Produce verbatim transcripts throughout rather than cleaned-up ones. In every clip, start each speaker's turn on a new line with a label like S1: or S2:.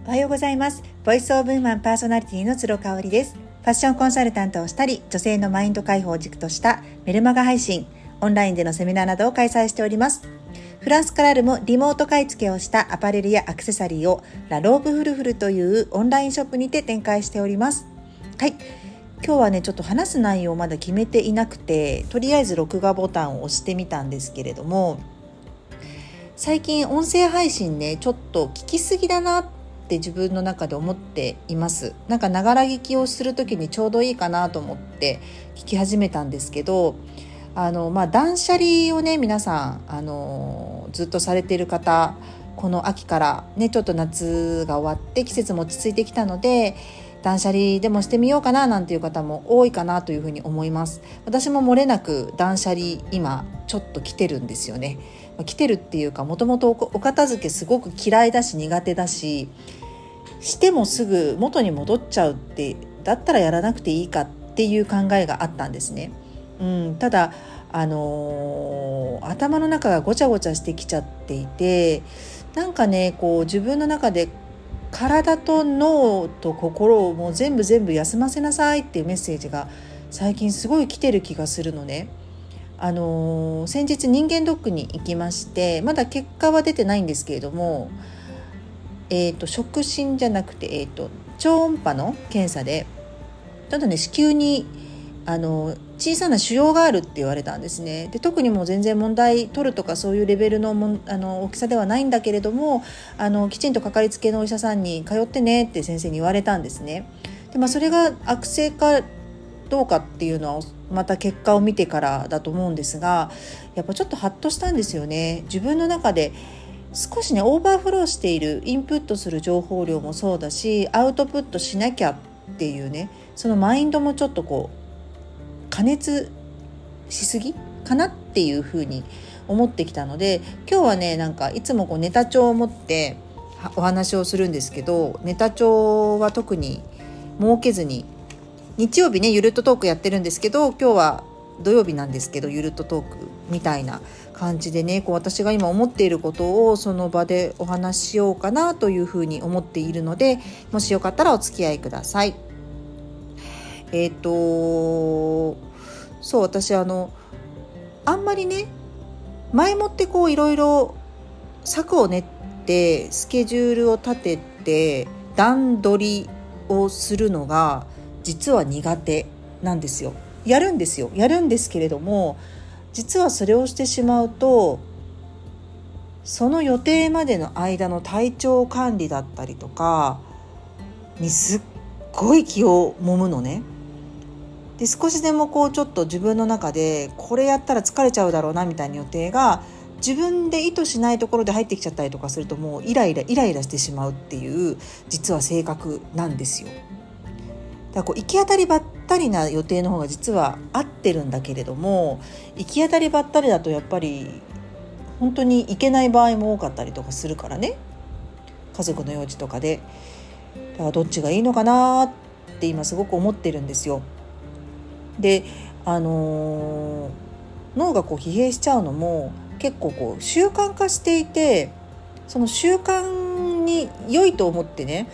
S1: おはようございます。ボイスオブウーマンパーソナリティの鶴香織です。ファッションコンサルタントをしたり、女性のマインド解放を軸としたメルマガ配信、オンラインでのセミナーなどを開催しております。フランスからでもリモート買い付けをしたアパレルやアクセサリーをラローブフルフルというオンラインショップにて展開しております。はい。今日はね、ちょっと話す内容をまだ決めていなくて、とりあえず録画ボタンを押してみたんですけれども、最近音声配信ね、ちょっと聞きすぎだなって自分の中で思っています。なんかながら聞きをするときにちょうどいいかなと思って聞き始めたんですけど、あのまあ断捨離をね、皆さんあのずっとされている方、この秋からね、ちょっと夏が終わって季節も落ち着いてきたので、断捨離でもしてみようかななんていう方も多いかなというふうに思います。私も漏れなく断捨離今ちょっと来てるんですよね。来てるっていうか、もともとお片付けすごく嫌いだし苦手だし、してもすぐ元に戻っちゃうって、だったらやらなくていいかっていう考えがあったんですね。うん、ただあのー、頭の中がごちゃごちゃしてきちゃっていて、なんかね、こう自分の中で体と脳と心をもう全部全部休ませなさいっていうメッセージが最近すごい来てる気がするのね。あのー、先日人間ドックに行きまして、まだ結果は出てないんですけれども、えーと、触診じゃなくて、えーと、超音波の検査でちょっとね、子宮にあの小さな腫瘍があるって言われたんですね。で、特にもう全然問題取るとかそういうレベルのもあの大きさではないんだけれども、あのきちんとかかりつけのお医者さんに通ってねって先生に言われたんですね。で、まあ、それが悪性かどうかっていうのはまた結果を見てからだと思うんですが、やっぱちょっとハッとしたんですよね。自分の中で少しね、オーバーフローしている、インプットする情報量もそうだし、アウトプットしなきゃっていうね、そのマインドもちょっとこう加熱しすぎかなっていうふうに思ってきたので、今日はね、なんかいつもこうネタ帳を持ってお話をするんですけど、ネタ帳は特に設けずに、日曜日ねゆるっとトークやってるんですけど、今日は土曜日なんですけど、ゆるっとトークみたいな感じでね、こう私が今思っていることをその場でお話ししようかなというふうに思っているので、もしよかったらお付き合いください。えっとそう、私あのあんまりね、前もってこういろいろ策を練ってスケジュールを立てて段取りをするのが実は苦手なんですよ。やるんですよやるんですけれども、実はそれをしてしまうと、その予定までの間の体調管理だったりとかにすっごい気を揉むのね。で、少しでもこうちょっと自分の中でこれやったら疲れちゃうだろうなみたいな予定が自分で意図しないところで入ってきちゃったりとかすると、もうイライライライラしてしまうっていう実は性格なんですよ。だからこう行き当たりばったりな予定の方が実は合ってるんだけれども、行き当たりばったりだとやっぱり本当に行けない場合も多かったりとかするからね、家族の用事とかで。だからどっちがいいのかなって今すごく思ってるんですよ。で、あのー、脳がこう疲弊しちゃうのも結構こう習慣化していて、その習慣に良いと思ってね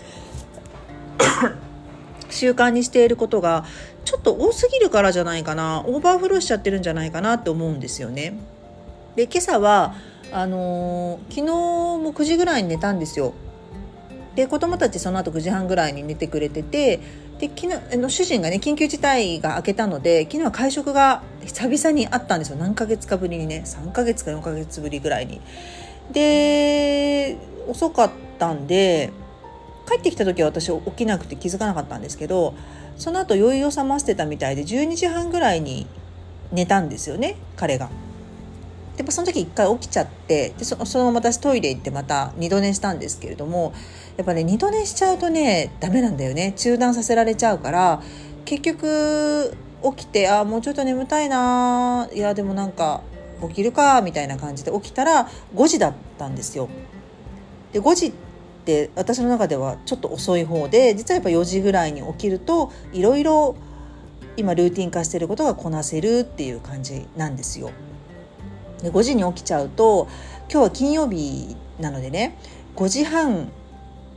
S1: 習慣にしていることがちょっと多すぎるからじゃないかな、オーバーフローしちゃってるんじゃないかなって思うんですよね。で、今朝はあのー、昨日もくじぐらいに寝たんですよ。で、子供たちその後くじはんぐらいに寝てくれてて、で、昨日あの主人がね、緊急事態が明けたので、昨日は会食が久々にあったんですよ。何ヶ月かぶりにね、さんかげつかよんかげつぶりぐらいに。で、遅かったんで帰ってきた時は私起きなくて気づかなかったんですけど、その後酔いを覚ましてたみたいでじゅうにじはんぐらいに寝たんですよね、彼が。でもその時一回起きちゃって、で そ, そのまま私トイレ行ってまた二度寝したんですけれども、やっぱね、二度寝しちゃうとねダメなんだよね。中断させられちゃうから、結局起きて、あもうちょっと眠たいな、いやでもなんか起きるかみたいな感じで起きたらごじだったんですよ。で、ごじって私の中ではちょっと遅い方で、実はやっぱよじぐらいに起きるといろいろ今ルーティン化していることがこなせるっていう感じなんですよ。で、ごじに起きちゃうと、今日は金曜日なのでね、ごじはん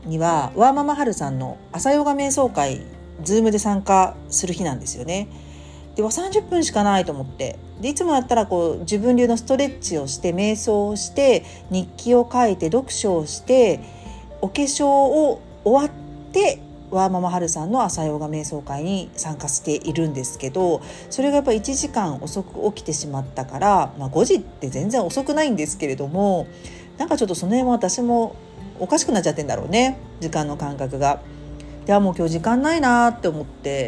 S1: にはワーママハルさんの朝ヨガ瞑想会ズームで参加する日なんですよね。でさんじゅっぷんしかないと思って、でいつもだったらこう自分流のストレッチをして瞑想をして日記を書いて読書をしてお化粧を終わってワーママハルさんの朝ヨガ瞑想会に参加しているんですけど、それがやっぱりいちじかん遅く起きてしまったから、まあ、ごじって全然遅くないんですけれども、なんかちょっとその辺も私もおかしくなっちゃってんだろうね、時間の感覚が。ではもう今日時間ないなって思って、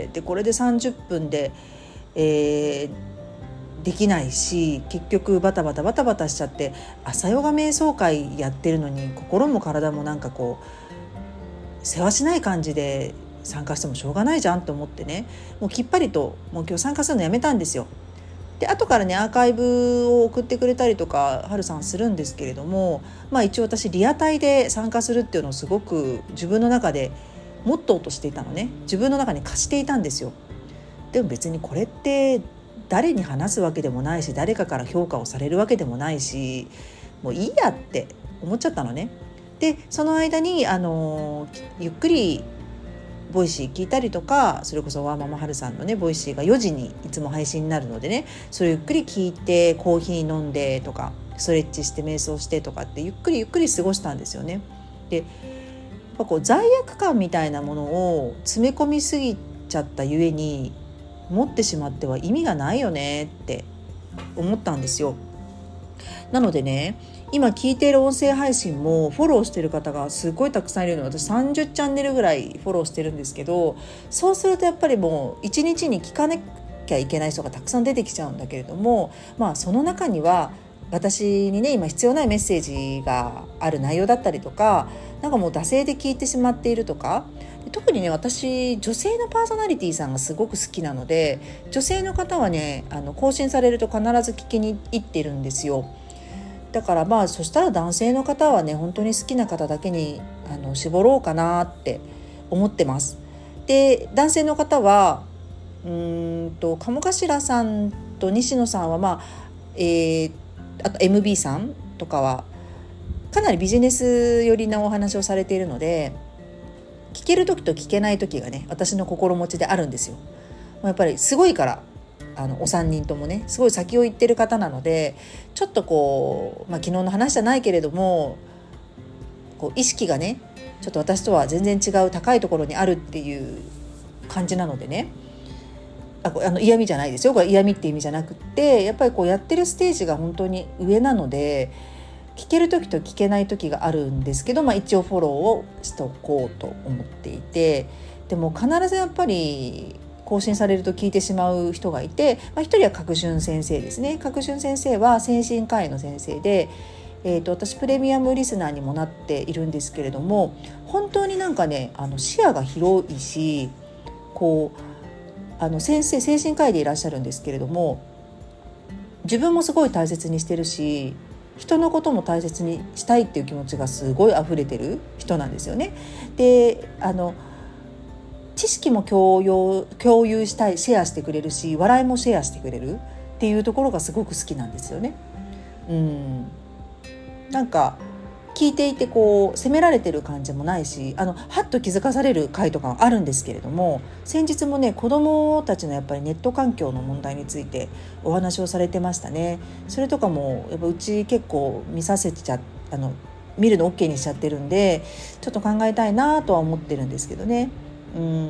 S1: でこれでさんじゅっぷんで、えー、できないし、結局バタバタバタバタしちゃって、朝ヨガ瞑想会やってるのに心も体もなんかこう世話しない感じで参加してもしょうがないじゃんと思ってね、もうきっぱりともう今日参加するのやめたんですよ。で後からねアーカイブを送ってくれたりとかはるさんするんですけれども、まあ一応私リアタイで参加するっていうのをすごく自分の中でモットーとしていたのね、自分の中に課していたんですよ。でも別にこれって誰に話すわけでもないし、誰かから評価をされるわけでもないし、もういいやって思っちゃったのね。でその間にあのゆっくりボイシー聞いたりとか、それこそワーママハルさんのねボイシーがよじにいつも配信になるのでね、それゆっくり聞いてコーヒー飲んでとかストレッチして瞑想してとかってゆっくりゆっくり過ごしたんですよね。でやっぱこう罪悪感みたいなものを詰め込みすぎちゃったゆえに持ってしまっては意味がないよねって思ったんですよ。なのでね、今聞いている音声配信もフォローしている方がすごいたくさんいるので、私さんじゅうチャンネルぐらいフォローしてるんですけど、そうするとやっぱりもういちにちに聞かなきゃいけない人がたくさん出てきちゃうんだけれども、まあその中には私にね今必要ないメッセージがある内容だったりとか、なんかもう惰性で聞いてしまっているとか、特にね私女性のパーソナリティさんがすごく好きなので、女性の方はねあの更新されると必ず聞きに行ってるんですよ。だからまあそしたら男性の方はね本当に好きな方だけにあの絞ろうかなって思ってます。で男性の方はうーんと鴨頭さんと西野さんはまあ、えー、あと エムビー さんとかはかなりビジネス寄りなお話をされているので、聞ける時と聞けない時がね私の心持ちであるんですよ。やっぱりすごいからあのお三人ともねすごい先を行ってる方なので、ちょっとこう、まあ、昨日の話じゃないけれどもこう意識がねちょっと私とは全然違う高いところにあるっていう感じなのでね、ああの嫌味じゃないですよ、これ嫌味って意味じゃなくって、やっぱりこうやってるステージが本当に上なので、聞ける時と聞けない時があるんですけど、まあ、一応フォローをしておこうと思っていて、でも必ずやっぱり更新されると聞いてしまう人がいて、まあ、一人は角春先生ですね。角春先生は精神科医の先生で、えーと、私プレミアムリスナーにもなっているんですけれども、本当になんかねあの視野が広いし、こうあの先生精神科医でいらっしゃるんですけれども、自分もすごい大切にしてるし、人のことも大切にしたいっていう気持ちがすごい溢れてる人なんですよね。であの知識も共有、共有したい、シェアしてくれるし、笑いもシェアしてくれるっていうところがすごく好きなんですよね。うんなんか聞いていてこう責められてる感じもないし、あのはっと気づかされる回とかはあるんですけれども、先日もね子どもたちのやっぱりネット環境の問題についてお話をされてましたね。それとかもやっぱうち結構見させちゃあの見るの OK にしちゃってるんで、ちょっと考えたいなとは思ってるんですけどね。うん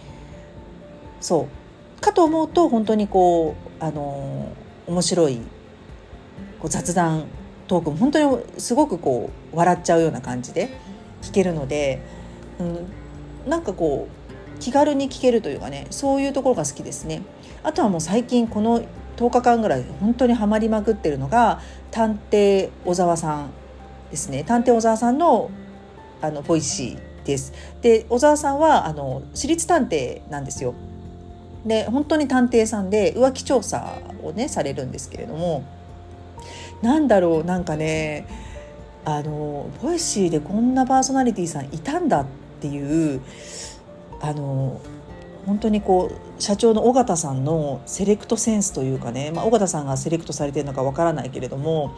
S1: そうかと思うと本当にこうあの面白いこう雑談トークも本当にすごくこう笑っちゃうような感じで聞けるので、うん、なんかこう気軽に聞けるというかね、そういうところが好きですね。あとはもう最近このとおかかんぐらい本当にハマりまくってるのが探偵小沢さんですね。探偵小沢さんのあのボイシーです。で小沢さんはあの私立探偵なんですよ。で本当に探偵さんで浮気調査をねされるんですけれども、なんだろうなんかねあのボイシーでこんなパーソナリティさんいたんだっていうあの本当にこう社長の尾形さんのセレクトセンスというかね、まあ、尾形さんがセレクトされてるのかわからないけれども、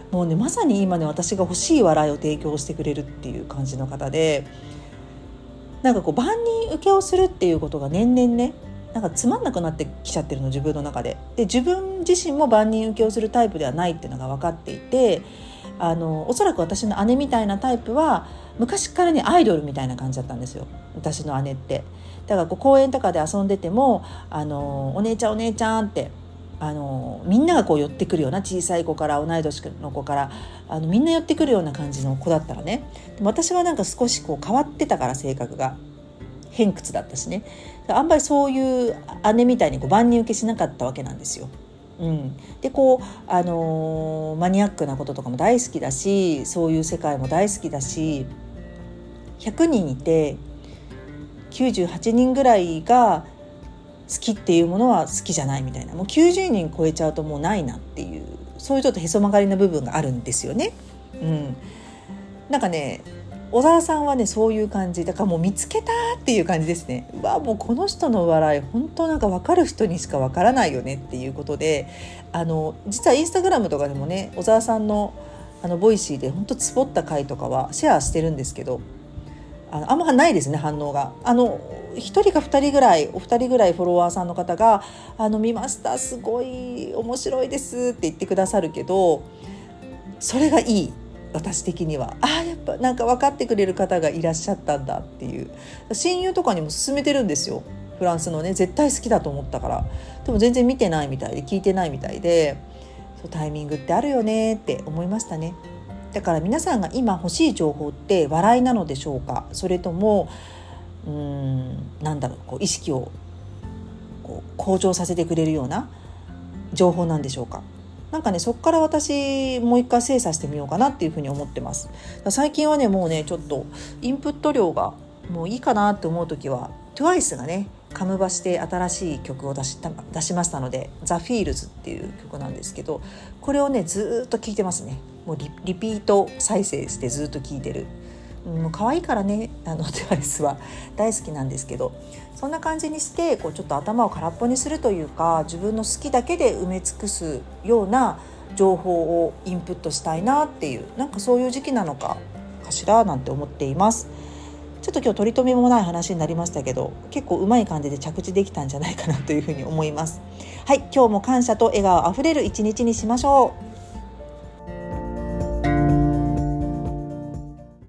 S1: もうねまさに今ね私が欲しい笑いを提供してくれるっていう感じの方で、なんかこう万人受けをするっていうことが年々ねなんかつまんなくなってきちゃってるの、自分の中で。で自分自身も万人受けをするタイプではないっていうのが分かっていて、あのおそらく私の姉みたいなタイプは昔からねアイドルみたいな感じだったんですよ、私の姉って。だからこう公園とかで遊んでてもあのお姉ちゃんお姉ちゃんってあのみんながこう寄ってくるような、小さい子から同い年の子からあのみんな寄ってくるような感じの子だったらね、でも私はなんか少しこう変わってたから、性格が偏屈だったしね、あんまりそういう姉みたいにこう万人受けしなかったわけなんですよ。うん、でこう、あのー、マニアックなこととかも大好きだし、そういう世界も大好きだし、ひゃくにんいてきゅうじゅうはちにんぐらいが好きっていうものは好きじゃないみたいな、もうきゅうじゅうにん超えちゃうともうないなっていう、そういうちょっとへそ曲がりな部分があるんですよね。うん、なんかね小沢さんはねそういう感じだから、もう見つけたっていう感じですね。うわもうこの人の笑い本当なんか分かる人にしか分からないよねっていうことで、あの実はインスタグラムとかでもね小沢さんのあのボイシーで本当つぼった回とかはシェアしてるんですけど、あのあんまないですね反応が。あのひとりかふたりぐらいお二人ぐらいフォロワーさんの方があの見ましたすごい面白いですって言ってくださるけど、それがいい。私的にはあやっぱなんか分かってくれる方がいらっしゃったんだっていう、親友とかにも勧めてるんですよ。フランスのね絶対好きだと思ったから。でも全然見てないみたいで聞いてないみたいで、そうタイミングってあるよねって思いましたね。だから皆さんが今欲しい情報って笑いなのでしょうか、それともうーんなんだろうこう意識をこう向上させてくれるような情報なんでしょうか。なんかねそこから私もう一回精査してみようかなっていうふうに思ってます。最近はねもうねちょっとインプット量がもういいかなって思うときは トゥワイス がねカムバして新しい曲を出した出しましたので、ザ・フィールズっていう曲なんですけど、これをねずっと聴いてますね。もう リ, リピート再生してずっと聴いてる。もう可愛いからねあの トゥワイス は大好きなんですけど、そんな感じにしてこうちょっと頭を空っぽにするというか、自分の好きだけで埋め尽くすような情報をインプットしたいなっていう、なんかそういう時期なのかかしらなんて思っています。ちょっと今日取り留めもない話になりましたけど、結構うまい感じで着地できたんじゃないかなというふうに思います。はい、今日も感謝と笑顔あふれる一日にしましょう。